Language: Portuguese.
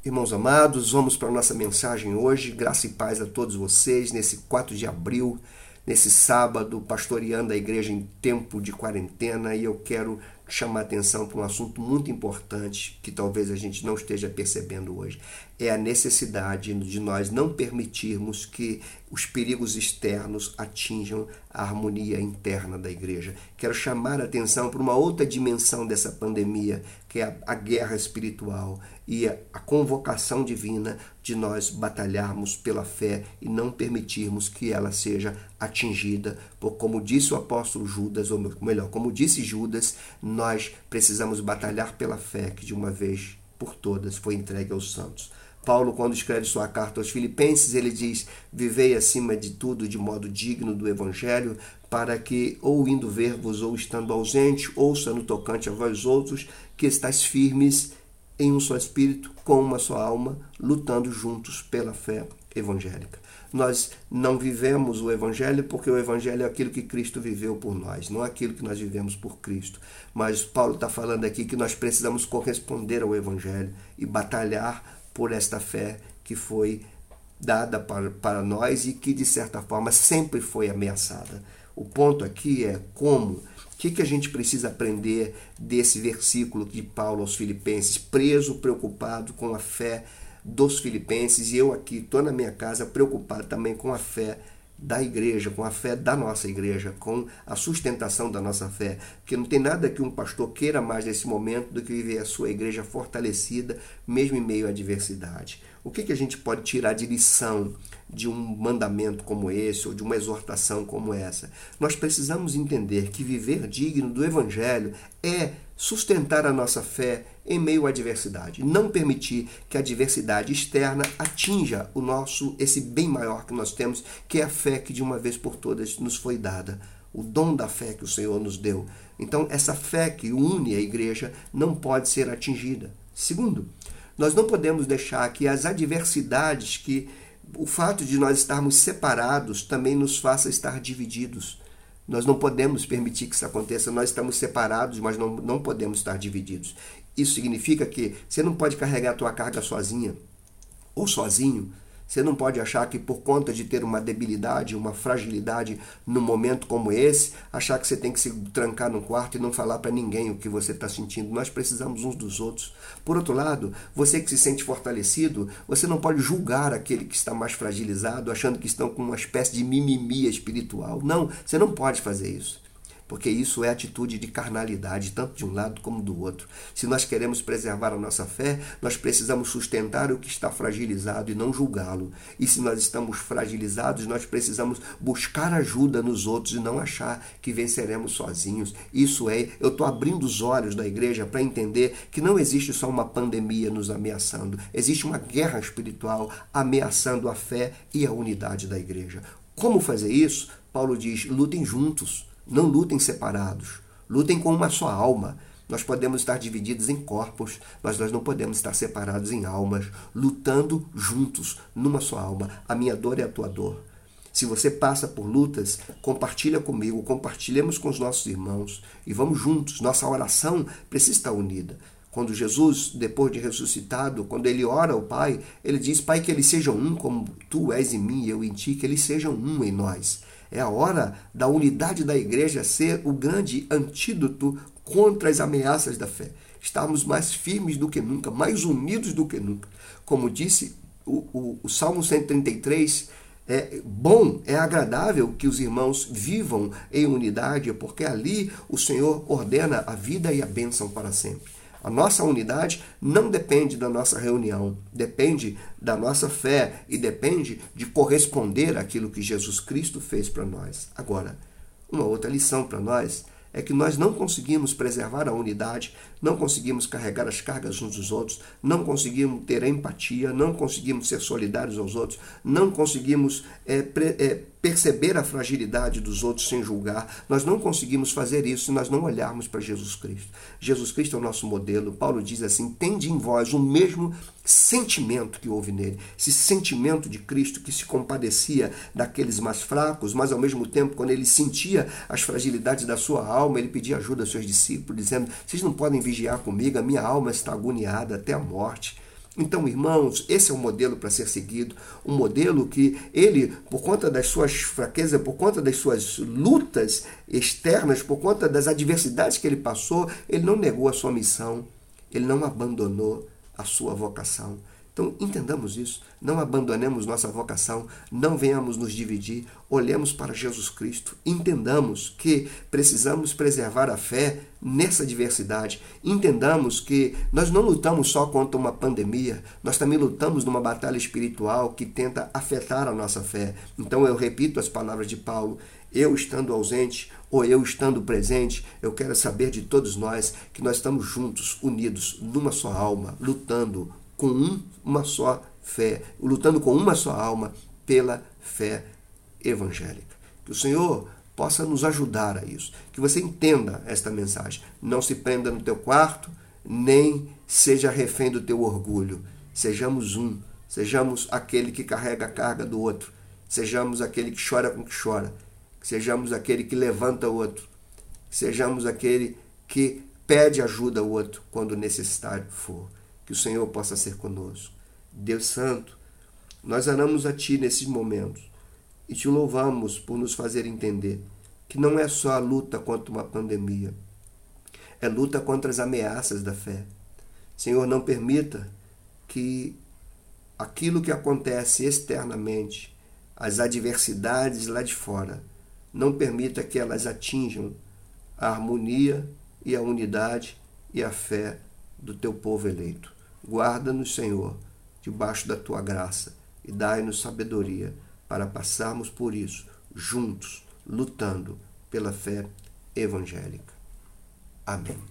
Irmãos amados, vamos para a nossa mensagem hoje. Graça e paz a todos vocês nesse 4 de abril, nesse sábado, pastoreando a igreja em tempo de quarentena, e eu quero chamar a atenção para um assunto muito importante que talvez a gente não esteja percebendo hoje. É a necessidade de nós não permitirmos que os perigos externos atinjam a harmonia interna da igreja. Quero chamar a atenção para uma outra dimensão dessa pandemia, que é a guerra espiritual e a convocação divina de nós batalharmos pela fé e não permitirmos que ela seja atingida. Por como disse o apóstolo Judas, ou melhor, como disse Judas, nós precisamos batalhar pela fé que de uma vez por todas foi entregue aos santos. Paulo, quando escreve sua carta aos Filipenses, ele diz: vivei acima de tudo de modo digno do Evangelho, para que, ou indo ver-vos, ou estando ausente, ouça no tocante a vós outros, que estáis firmes em um só espírito, com uma só alma, lutando juntos pela fé evangélica. Nós não vivemos o Evangelho porque o Evangelho é aquilo que Cristo viveu por nós, não aquilo que nós vivemos por Cristo. Mas Paulo está falando aqui que nós precisamos corresponder ao Evangelho e batalhar por esta fé que foi dada para nós e que, de certa forma, sempre foi ameaçada. O ponto aqui é como. O que a gente precisa aprender desse versículo de Paulo aos Filipenses? Preso, preocupado com a fé dos filipenses, e eu aqui estou na minha casa preocupado também com a fé da igreja, com a fé da nossa igreja, com a sustentação da nossa fé, porque não tem nada que um pastor queira mais nesse momento do que viver a sua igreja fortalecida, mesmo em meio à adversidade. O que a gente pode tirar de lição de um mandamento como esse, ou de uma exortação como essa? Nós precisamos entender que viver digno do Evangelho é sustentar a nossa fé em meio à adversidade. Não permitir que a adversidade externa atinja esse bem maior que nós temos, que é a fé que de uma vez por todas nos foi dada. O dom da fé que o Senhor nos deu. Então, essa fé que une a igreja não pode ser atingida. Segundo, nós não podemos deixar que as adversidades, que o fato de nós estarmos separados também nos faça estar divididos. Nós não podemos permitir que isso aconteça. Nós estamos separados, mas não podemos estar divididos. Isso significa que você não pode carregar a tua carga sozinha ou sozinho. Você não pode achar que por conta de ter uma debilidade, uma fragilidade num momento como esse, achar que você tem que se trancar no quarto e não falar para ninguém o que você está sentindo. Nós precisamos uns dos outros. Por outro lado, você que se sente fortalecido, você não pode julgar aquele que está mais fragilizado, achando que estão com uma espécie de mimimi espiritual. Não, você não pode fazer isso. Porque isso é atitude de carnalidade, tanto de um lado como do outro. Se nós queremos preservar a nossa fé, nós precisamos sustentar o que está fragilizado e não julgá-lo. E se nós estamos fragilizados, nós precisamos buscar ajuda nos outros e não achar que venceremos sozinhos. Isso é, eu estou abrindo os olhos da igreja para entender que não existe só uma pandemia nos ameaçando. Existe uma guerra espiritual ameaçando a fé e a unidade da igreja. Como fazer isso? Paulo diz: lutem juntos. Não lutem separados, lutem com uma só alma. Nós podemos estar divididos em corpos, mas nós não podemos estar separados em almas, lutando juntos, numa só alma. A minha dor é a tua dor. Se você passa por lutas, compartilha comigo, compartilhemos com os nossos irmãos e vamos juntos. Nossa oração precisa estar unida. Quando Jesus, depois de ressuscitado, quando ele ora ao Pai, ele diz: Pai, que eles sejam um como tu és em mim e eu em ti, que eles sejam um em nós. É a hora da unidade da igreja ser o grande antídoto contra as ameaças da fé. Estarmos mais firmes do que nunca, mais unidos do que nunca. Como disse o Salmo 133, é bom, é agradável que os irmãos vivam em unidade, porque ali o Senhor ordena a vida e a bênção para sempre. A nossa unidade não depende da nossa reunião, depende da nossa fé e depende de corresponder àquilo que Jesus Cristo fez para nós. Agora, uma outra lição para nós é que nós não conseguimos preservar a unidade, não conseguimos carregar as cargas uns dos outros, não conseguimos ter empatia, não conseguimos ser solidários aos outros, não conseguimos perceber a fragilidade dos outros sem julgar. Nós não conseguimos fazer isso se nós não olharmos para Jesus Cristo. Jesus Cristo é o nosso modelo. Paulo diz assim: tende em vós o mesmo sentimento que houve nele. Esse sentimento de Cristo que se compadecia daqueles mais fracos, mas ao mesmo tempo, quando ele sentia as fragilidades da sua alma, ele pedia ajuda aos seus discípulos, dizendo: vocês não podem vigiar comigo, a minha alma está agoniada até a morte. Então, irmãos, esse é um modelo para ser seguido, um modelo que ele, por conta das suas fraquezas, por conta das suas lutas externas, por conta das adversidades que ele passou, ele não negou a sua missão, ele não abandonou a sua vocação. Então, entendamos isso, não abandonemos nossa vocação, não venhamos nos dividir, olhemos para Jesus Cristo, entendamos que precisamos preservar a fé nessa diversidade, entendamos que nós não lutamos só contra uma pandemia, nós também lutamos numa batalha espiritual que tenta afetar a nossa fé. Então, eu repito as palavras de Paulo, eu estando ausente ou eu estando presente, eu quero saber de todos nós que nós estamos juntos, unidos, numa só alma, lutando com uma só fé, lutando com uma só alma pela fé evangélica. Que o Senhor possa nos ajudar a isso, que você entenda esta mensagem. Não se prenda no teu quarto, nem seja refém do teu orgulho. Sejamos um, sejamos aquele que carrega a carga do outro, sejamos aquele que chora com o que chora, sejamos aquele que levanta o outro, sejamos aquele que pede ajuda ao outro quando necessário for. Que o Senhor possa ser conosco. Deus Santo, nós oramos a Ti nesses momentos e Te louvamos por nos fazer entender que não é só a luta contra uma pandemia, é luta contra as ameaças da fé. Senhor, não permita que aquilo que acontece externamente, as adversidades lá de fora, não permita que elas atinjam a harmonia e a unidade e a fé do Teu povo eleito. Guarda-nos, Senhor, debaixo da Tua graça e dai-nos sabedoria para passarmos por isso, juntos, lutando pela fé evangélica. Amém.